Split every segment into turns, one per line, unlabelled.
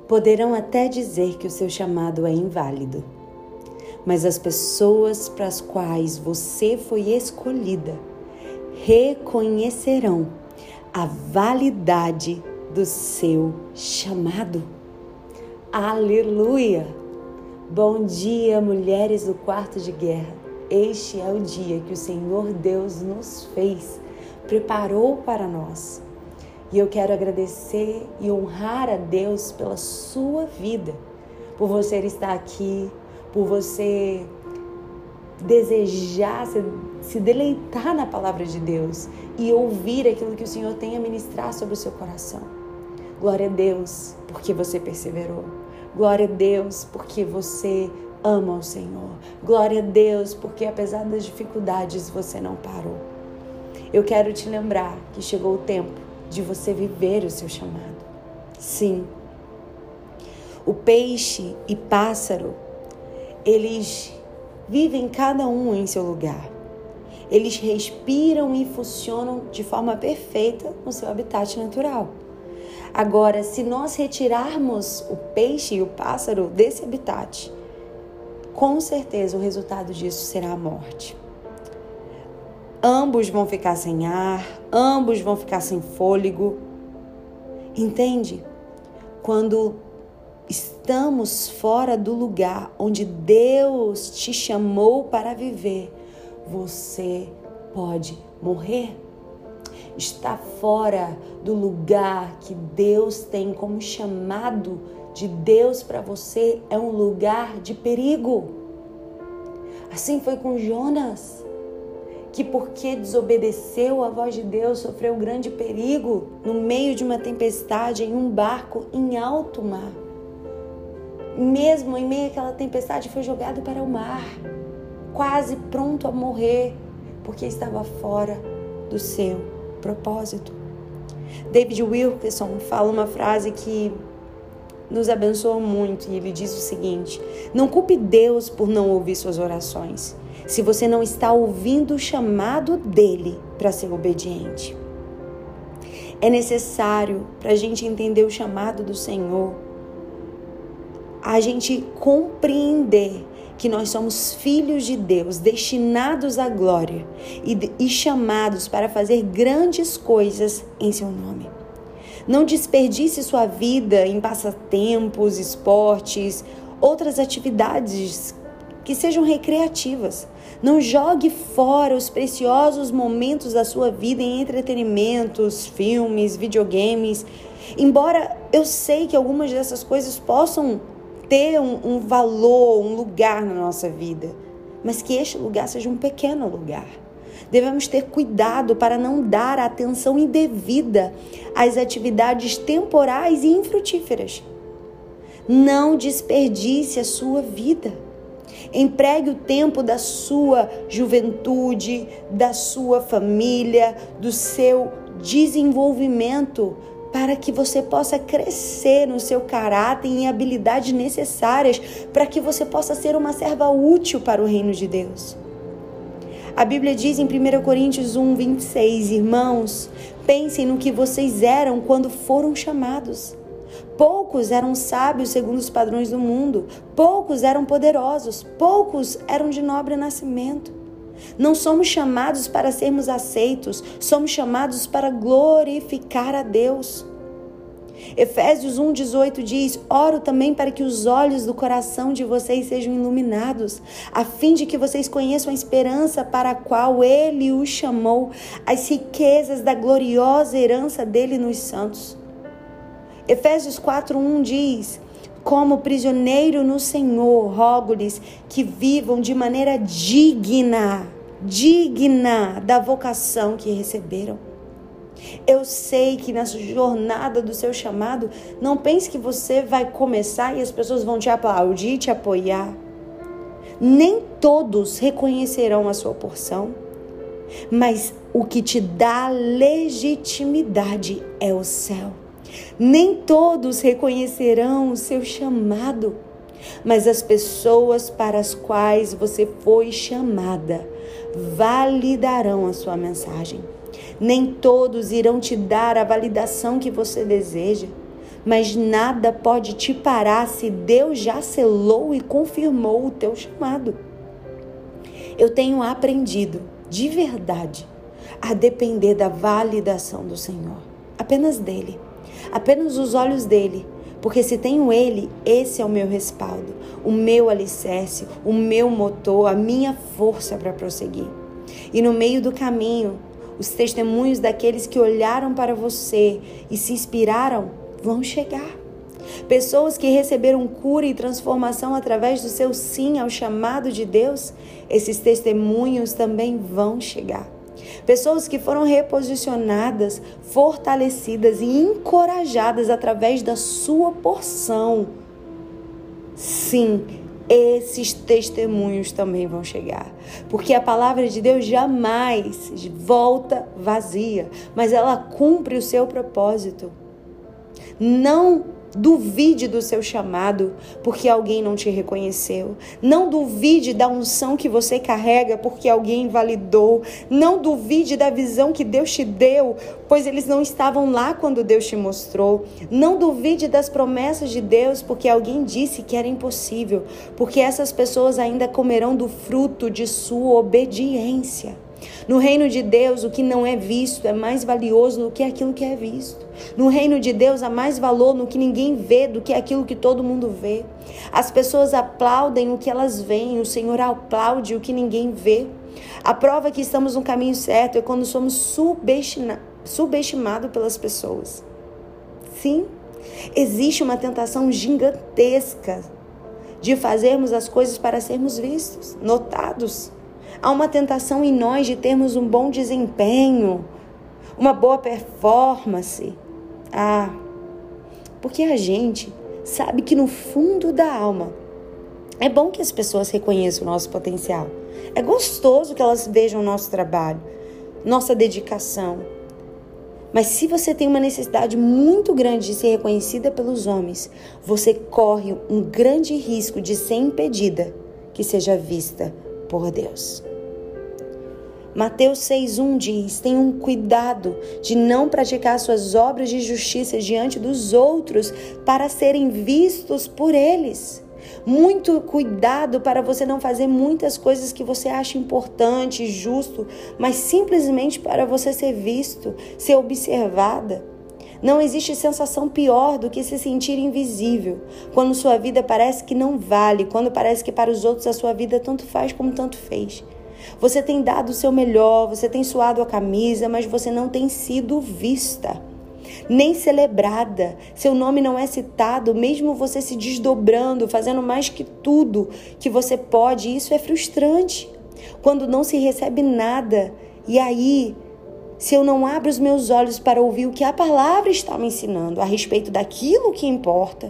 Poderão até dizer que o seu chamado é inválido, mas as pessoas para as quais você foi escolhida reconhecerão a validade do seu chamado. Aleluia! Bom dia, mulheres do quarto de guerra. Este é o dia que o Senhor Deus nos fez, preparou para nós. E eu quero agradecer e honrar a Deus pela sua vida, por você estar aqui, por você desejar se deleitar na palavra de Deus e ouvir aquilo que o Senhor tem a ministrar sobre o seu coração. Glória a Deus, porque você perseverou. Glória a Deus, porque você ama o Senhor. Glória a Deus, porque apesar das dificuldades você não parou. Eu quero te lembrar que chegou o tempo de você viver o seu chamado. Sim. O peixe e pássaro, eles vivem cada um em seu lugar. Eles respiram e funcionam de forma perfeita no seu habitat natural. Agora, se nós retirarmos o peixe e o pássaro desse habitat, com certeza o resultado disso será a morte. Ambos vão ficar sem ar, ambos vão ficar sem fôlego. Entende? Quando estamos fora do lugar onde Deus te chamou para viver, você pode morrer. Está fora do lugar que Deus tem como chamado de Deus para você é um lugar de perigo. Assim foi com Jonas, que porque desobedeceu a voz de Deus, sofreu um grande perigo no meio de uma tempestade em um barco em alto mar. Mesmo em meio àquela tempestade foi jogado para o mar, quase pronto a morrer, porque estava fora do seu propósito. David Wilkerson fala uma frase que nos abençoa muito e ele diz o seguinte: não culpe Deus por não ouvir suas orações, se você não está ouvindo o chamado dele para ser obediente. É necessário, para a gente entender o chamado do Senhor, a gente compreender que nós somos filhos de Deus, destinados à glória e chamados para fazer grandes coisas em seu nome. Não desperdice sua vida em passatempos, esportes, outras atividades que sejam recreativas. Não jogue fora os preciosos momentos da sua vida em entretenimentos, filmes, videogames. Embora eu sei que algumas dessas coisas possam ter um valor, um lugar na nossa vida, mas que este lugar seja um pequeno lugar. Devemos ter cuidado para não dar atenção indevida às atividades temporais e infrutíferas. Não desperdice a sua vida. Empregue o tempo da sua juventude, da sua família, do seu desenvolvimento, para que você possa crescer no seu caráter e em habilidades necessárias para que você possa ser uma serva útil para o reino de Deus. A Bíblia diz em 1 Coríntios 1:26, irmãos, pensem no que vocês eram quando foram chamados. Poucos eram sábios segundo os padrões do mundo, poucos eram poderosos, poucos eram de nobre nascimento. Não somos chamados para sermos aceitos, somos chamados para glorificar a Deus. Efésios 1:18 diz: oro também para que os olhos do coração de vocês sejam iluminados, a fim de que vocês conheçam a esperança para a qual Ele os chamou, as riquezas da gloriosa herança dele nos santos. Efésios 4:1 diz: como prisioneiro no Senhor, rogo-lhes que vivam de maneira digna da vocação que receberam. Eu sei que na jornada do seu chamado, não pense que você vai começar e as pessoas vão te aplaudir, te apoiar. Nem todos reconhecerão a sua porção, mas o que te dá legitimidade é o céu. Nem todos reconhecerão o seu chamado, mas as pessoas para as quais você foi chamada validarão a sua mensagem. Nem todos irão te dar a validação que você deseja, mas nada pode te parar se Deus já selou e confirmou o teu chamado. Eu tenho aprendido, de verdade, a depender da validação do Senhor, apenas dele, apenas os olhos dele, porque se tenho ele, esse é o meu respaldo, o meu alicerce, o meu motor, a minha força para prosseguir. E no meio do caminho, os testemunhos daqueles que olharam para você e se inspiraram vão chegar. Pessoas que receberam cura e transformação através do seu sim ao chamado de Deus, esses testemunhos também vão chegar. Pessoas que foram reposicionadas, fortalecidas e encorajadas através da sua porção. Sim, esses testemunhos também vão chegar. Porque a palavra de Deus jamais volta vazia, mas ela cumpre o seu propósito. Não duvide do seu chamado porque alguém não te reconheceu. Não duvide da unção que você carrega porque alguém invalidou. Não duvide da visão que Deus te deu, pois eles não estavam lá quando Deus te mostrou. Não duvide das promessas de Deus porque alguém disse que era impossível, porque essas pessoas ainda comerão do fruto de sua obediência. No reino de Deus, o que não é visto é mais valioso do que aquilo que é visto. No reino de Deus, há mais valor no que ninguém vê do que aquilo que todo mundo vê. As pessoas aplaudem o que elas veem, o Senhor aplaude o que ninguém vê. A prova que estamos no caminho certo é quando somos subestimados pelas pessoas. Sim, existe uma tentação gigantesca de fazermos as coisas para sermos vistos, notados. Há uma tentação em nós de termos um bom desempenho, uma boa performance. Porque a gente sabe que no fundo da alma é bom que as pessoas reconheçam o nosso potencial. É gostoso que elas vejam o nosso trabalho, nossa dedicação. Mas se você tem uma necessidade muito grande de ser reconhecida pelos homens, você corre um grande risco de ser impedida que seja vista por Deus. Mateus 6:1 diz: tenham cuidado de não praticar suas obras de justiça diante dos outros para serem vistos por eles. Muito cuidado para você não fazer muitas coisas que você acha importante e justo, mas simplesmente para você ser visto, ser observada. Não existe sensação pior do que se sentir invisível, quando sua vida parece que não vale, quando parece que para os outros a sua vida tanto faz como tanto fez. Você tem dado o seu melhor, você tem suado a camisa, mas você não tem sido vista, nem celebrada. Seu nome não é citado, mesmo você se desdobrando, fazendo mais que tudo que você pode. Isso é frustrante, quando não se recebe nada. E aí, se eu não abro os meus olhos para ouvir o que a palavra está me ensinando a respeito daquilo que importa,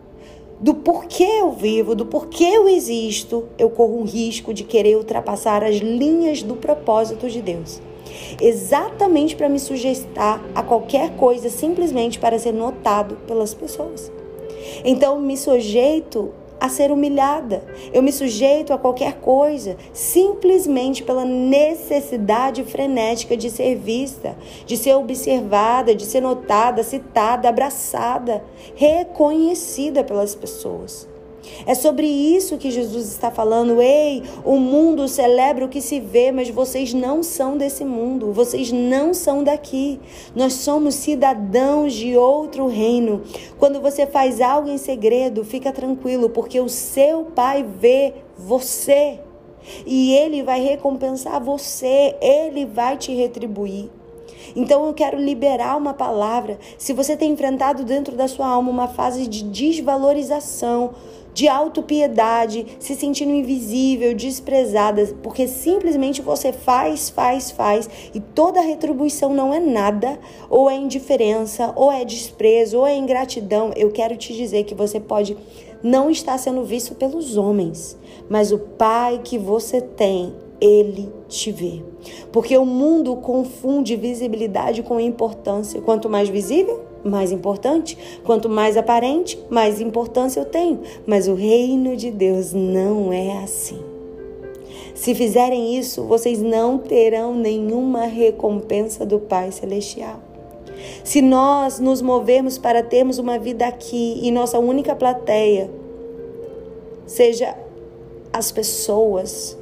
do porquê eu vivo, do porquê eu existo, eu corro um risco de querer ultrapassar as linhas do propósito de Deus. Exatamente para me sujeitar a qualquer coisa, simplesmente para ser notado pelas pessoas. Então, me sujeito a ser humilhada. Eu me sujeito a qualquer coisa, simplesmente pela necessidade frenética de ser vista, de ser observada, de ser notada, citada, abraçada, reconhecida pelas pessoas. É sobre isso que Jesus está falando. Ei, o mundo celebra o que se vê, mas vocês não são desse mundo, vocês não são daqui. Nós somos cidadãos de outro reino. Quando você faz algo em segredo, fica tranquilo, porque o seu Pai vê você e Ele vai recompensar você, Ele vai te retribuir. Então eu quero liberar uma palavra. Se você tem enfrentado dentro da sua alma uma fase de desvalorização, de autopiedade, se sentindo invisível, desprezada, porque simplesmente você faz, e toda retribuição não é nada, ou é indiferença, ou é desprezo, ou é ingratidão, eu quero te dizer que você pode não estar sendo visto pelos homens, mas o Pai que você tem, Ele te vê. Porque o mundo confunde visibilidade com importância. Quanto mais visível, mais importante. Quanto mais aparente, mais importância eu tenho. Mas o reino de Deus não é assim. Se fizerem isso, vocês não terão nenhuma recompensa do Pai Celestial. Se nós nos movermos para termos uma vida aqui e nossa única plateia seja as pessoas,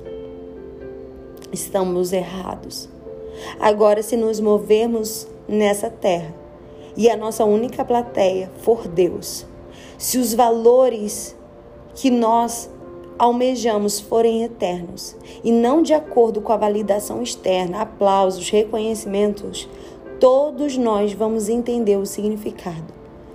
estamos errados. Agora, se nos movermos nessa terra e a nossa única plateia for Deus, se os valores que nós almejamos forem eternos e não de acordo com a validação externa, aplausos, reconhecimentos, todos nós vamos entender o significado,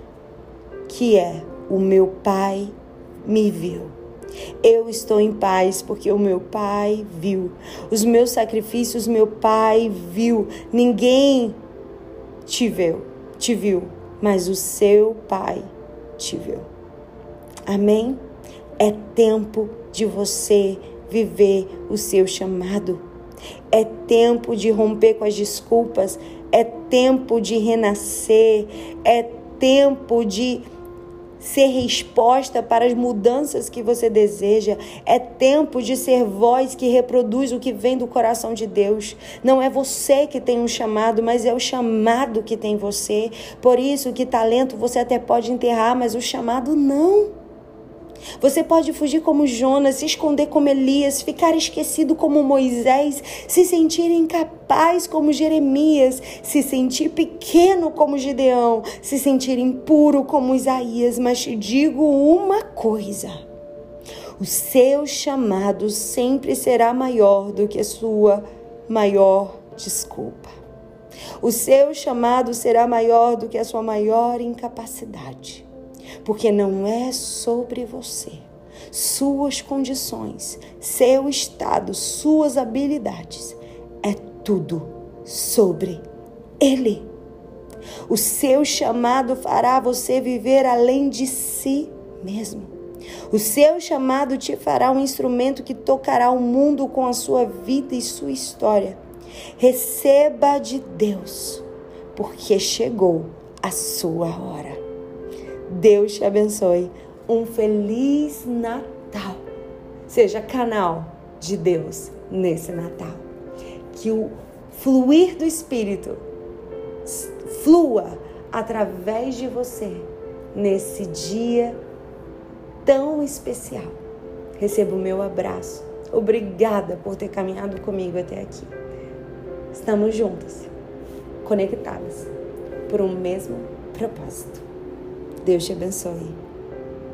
que é: o meu Pai me viu. Eu estou em paz porque o meu Pai viu. Os meus sacrifícios, meu Pai viu. Ninguém te viu, mas o seu Pai te viu. Amém? É tempo de você viver o seu chamado. É tempo de romper com as desculpas. É tempo de renascer. É tempo de ser resposta para as mudanças que você deseja. É tempo de ser voz que reproduz o que vem do coração de Deus. Não é você que tem um chamado, mas é o chamado que tem você. Por isso que talento você até pode enterrar, mas o chamado não. Você pode fugir como Jonas, se esconder como Elias, ficar esquecido como Moisés, se sentir incapaz como Jeremias, se sentir pequeno como Gideão, se sentir impuro como Isaías. Mas te digo uma coisa: o seu chamado sempre será maior do que a sua maior desculpa. O seu chamado será maior do que a sua maior incapacidade. Porque não é sobre você, suas condições, seu estado, suas habilidades. É tudo sobre Ele. O seu chamado fará você viver além de si mesmo. O seu chamado te fará um instrumento que tocará o mundo com a sua vida e sua história. Receba de Deus, porque chegou a sua hora. Deus te abençoe. Um feliz Natal. Seja canal de Deus nesse Natal. Que o fluir do Espírito flua através de você nesse dia tão especial. Receba o meu abraço. Obrigada por ter caminhado comigo até aqui. Estamos juntas, conectadas por um mesmo propósito. Deus te abençoe.